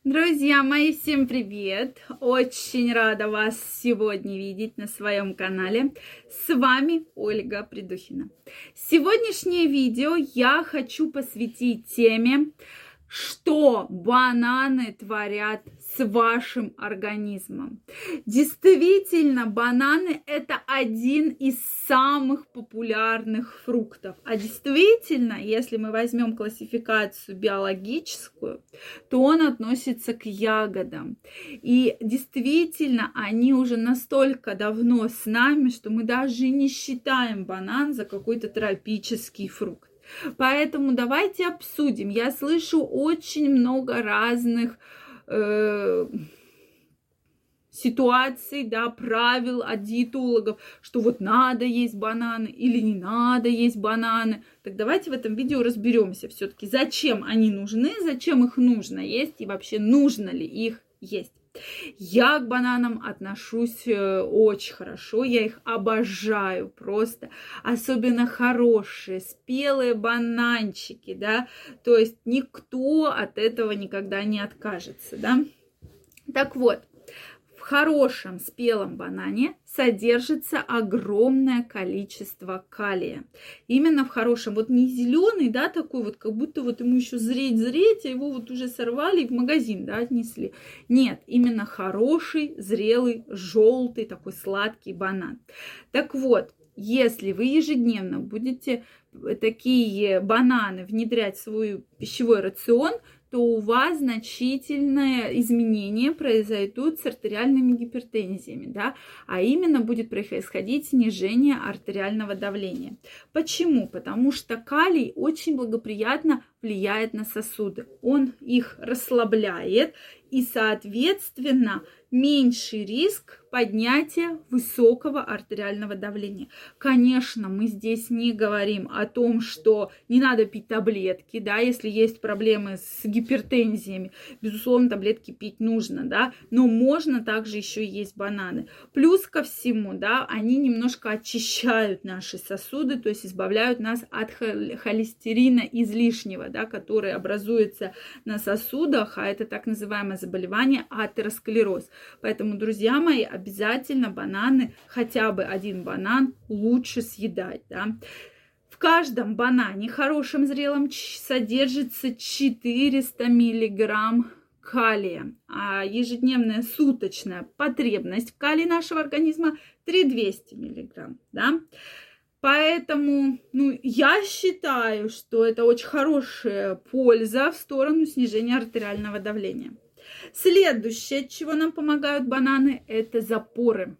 Друзья мои, всем привет! Очень рада вас сегодня видеть на своем канале. С вами Ольга Придухина. Сегодняшнее видео я хочу посвятить теме, что бананы творят с вашим организмом. Действительно, бананы – это один из самых популярных фруктов. А действительно, если мы возьмем классификацию биологическую, то он относится к ягодам. И действительно, они уже настолько давно с нами, что мы даже не считаем банан за какой-то тропический фрукт. Поэтому давайте обсудим. Я слышу очень много разных ситуаций, да, правил от диетологов, что вот надо есть бананы или не надо есть бананы. Так давайте в этом видео разберемся все-таки, зачем они нужны, зачем их нужно есть и вообще нужно ли их есть. Я к бананам отношусь очень хорошо, я их обожаю просто, особенно хорошие, спелые бананчики, да, то есть никто от этого никогда не откажется, да. Так вот, в хорошем спелом банане содержится огромное количество калия. Именно в хорошем, вот не зеленый, да, такой вот, как будто вот ему еще зреть, а его вот уже сорвали и в магазин, да, отнесли. Нет, именно хороший, зрелый, желтый, такой сладкий банан. Так вот, если вы ежедневно будете такие бананы внедрять в свой пищевой рацион, то у вас значительное изменение произойдут с артериальными гипертензиями, да, а именно будет происходить снижение артериального давления. Почему? Потому что калий очень благоприятно влияет на сосуды, он их расслабляет, и, соответственно, меньший риск поднятия высокого артериального давления. Конечно, мы здесь не говорим о том, что не надо пить таблетки, да, если есть проблемы с гипертензиями. Безусловно, таблетки пить нужно, да, но можно также еще и есть бананы. Плюс ко всему, да, они немножко очищают наши сосуды, то есть избавляют нас от холестерина излишнего, да, который образуется на сосудах, а это так называемое заболевание атеросклероз. Поэтому, друзья мои, обязательно бананы, хотя бы один банан лучше съедать, да. В каждом банане, хорошем зрелом, содержится 400 миллиграмм калия, а ежедневная суточная потребность калия нашего организма 3200 миллиграмм, да. Поэтому, я считаю, что это очень хорошая польза в сторону снижения артериального давления. Следующее, от чего нам помогают бананы, это запоры.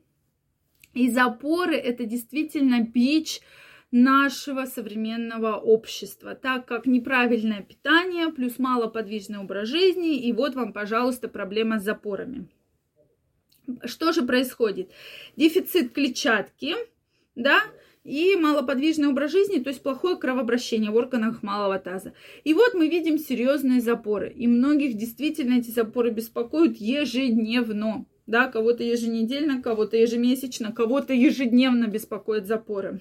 И запоры – это действительно бич нашего современного общества, так как неправильное питание плюс малоподвижный образ жизни, и вот вам, пожалуйста, проблема с запорами. Что же происходит? Дефицит клетчатки, да, и малоподвижный образ жизни, то есть плохое кровообращение в органах малого таза. И вот мы видим серьезные запоры. И многих действительно эти запоры беспокоят ежедневно. Да, кого-то еженедельно, кого-то ежемесячно, кого-то ежедневно беспокоят запоры.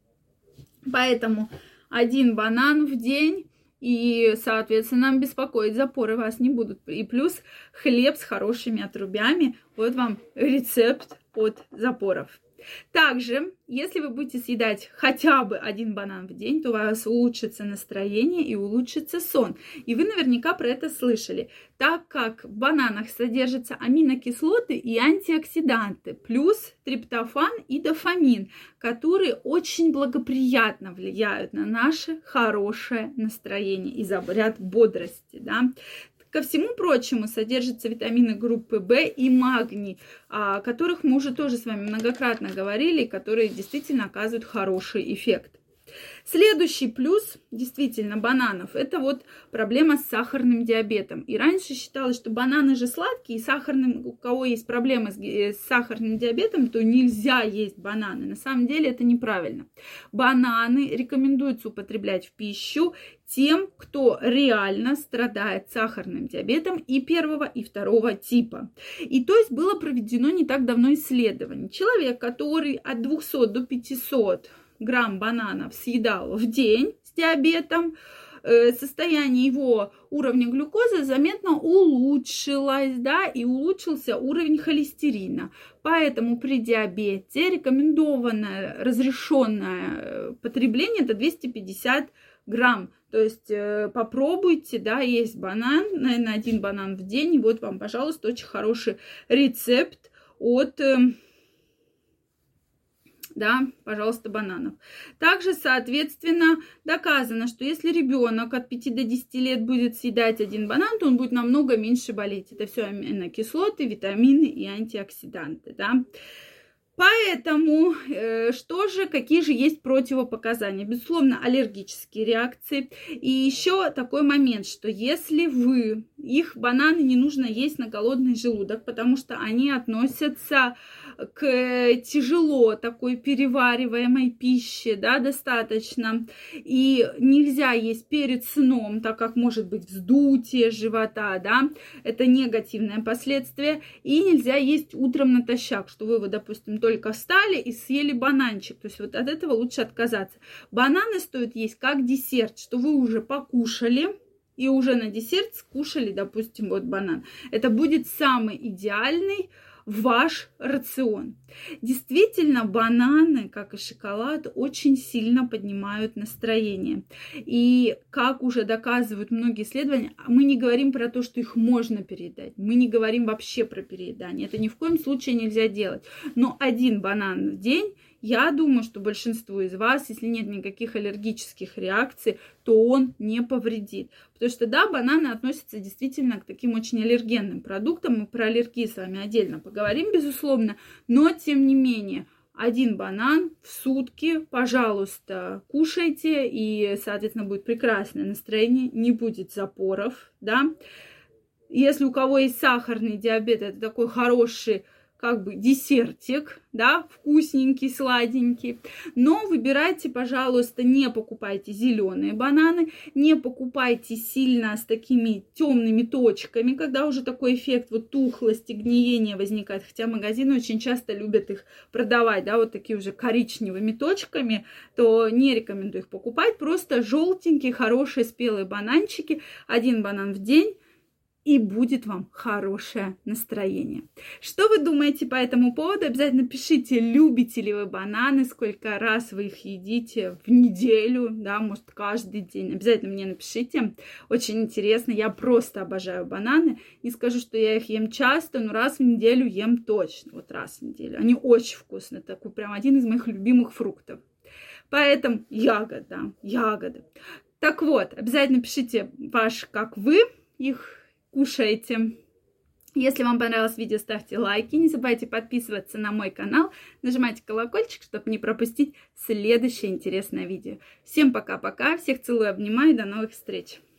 Поэтому один банан в день, и, соответственно, беспокоить запоры вас не будут. И плюс хлеб с хорошими отрубями. Вот вам рецепт от запоров. Также, если вы будете съедать хотя бы один банан в день, то у вас улучшится настроение и улучшится сон. И вы наверняка про это слышали, так как в бананах содержатся аминокислоты и антиоксиданты, плюс триптофан и дофамин, которые очень благоприятно влияют на наше хорошее настроение и заряд бодрости, да. Ко всему прочему содержатся витамины группы В и магний, о которых мы уже тоже с вами многократно говорили, которые действительно оказывают хороший эффект. Следующий плюс, действительно, бананов, это вот проблема с сахарным диабетом. И раньше считалось, что бананы же сладкие, и у кого есть проблемы с сахарным диабетом, то нельзя есть бананы. На самом деле это неправильно. Бананы рекомендуется употреблять в пищу тем, кто реально страдает сахарным диабетом и первого, и второго типа. И то есть было проведено не так давно исследование. Человек, который от 200 до 500 грамм бананов съедал в день с диабетом, состояние его уровня глюкозы заметно улучшилось, да, и улучшился уровень холестерина. Поэтому при диабете рекомендованное, разрешенное потребление это 250 грамм. То есть попробуйте, да, есть банан, наверное, 1 банан в день. И вот вам, пожалуйста, очень хороший рецепт от, да, пожалуйста, бананов. Также, соответственно, доказано, что если ребенок от 5 до 10 лет будет съедать 1 банан, то он будет намного меньше болеть. Это все аминокислоты, витамины и антиоксиданты, да. Поэтому, какие же есть противопоказания? Безусловно, аллергические реакции. И еще такой момент, что если их бананы не нужно есть на голодный желудок, потому что они относятся к тяжело такой перевариваемой пище, да, достаточно. И нельзя есть перед сном, так как может быть вздутие живота, да, это негативное последствие. И нельзя есть утром натощак, что вы, допустим, только встали и съели бананчик. То есть вот от этого лучше отказаться. Бананы стоит есть как десерт, что вы уже покушали и уже на десерт скушали, допустим, вот банан. Это будет самый идеальный ваш рацион. Действительно, бананы, как и шоколад, очень сильно поднимают настроение. И как уже доказывают многие исследования, мы не говорим про то, что их можно переедать. Мы не говорим вообще про переедание. Это ни в коем случае нельзя делать. Но 1 банан в день, я думаю, что большинству из вас, если нет никаких аллергических реакций, то он не повредит. Потому что, да, бананы относятся действительно к таким очень аллергенным продуктам. Мы про аллергии с вами отдельно поговорим, безусловно. Но, тем не менее, 1 банан в сутки, пожалуйста, кушайте. И, соответственно, будет прекрасное настроение, не будет запоров, да. Если у кого есть сахарный диабет, это такой хороший как бы десертик, да, вкусненький, сладенький. Но выбирайте, пожалуйста, не покупайте зеленые бананы, не покупайте сильно с такими темными точками, когда уже такой эффект вот тухлости, гниения возникает. Хотя магазины очень часто любят их продавать, да, вот такие уже коричневыми точками, то не рекомендую их покупать. Просто желтенькие, хорошие, спелые бананчики, 1 банан в день. И будет вам хорошее настроение. Что вы думаете по этому поводу? Обязательно пишите, любите ли вы бананы, сколько раз вы их едите в неделю, да, может, каждый день. Обязательно мне напишите. Очень интересно. Я просто обожаю бананы. Не скажу, что я их ем часто, но раз в неделю ем точно. Вот раз в неделю. Они очень вкусные. Такой прям один из моих любимых фруктов. Поэтому ягоды. Так вот, обязательно пишите как вы их кушаете. Если вам понравилось видео, ставьте лайки. Не забывайте подписываться на мой канал. Нажимайте колокольчик, чтобы не пропустить следующее интересное видео. Всем пока-пока. Всех целую, обнимаю. До новых встреч.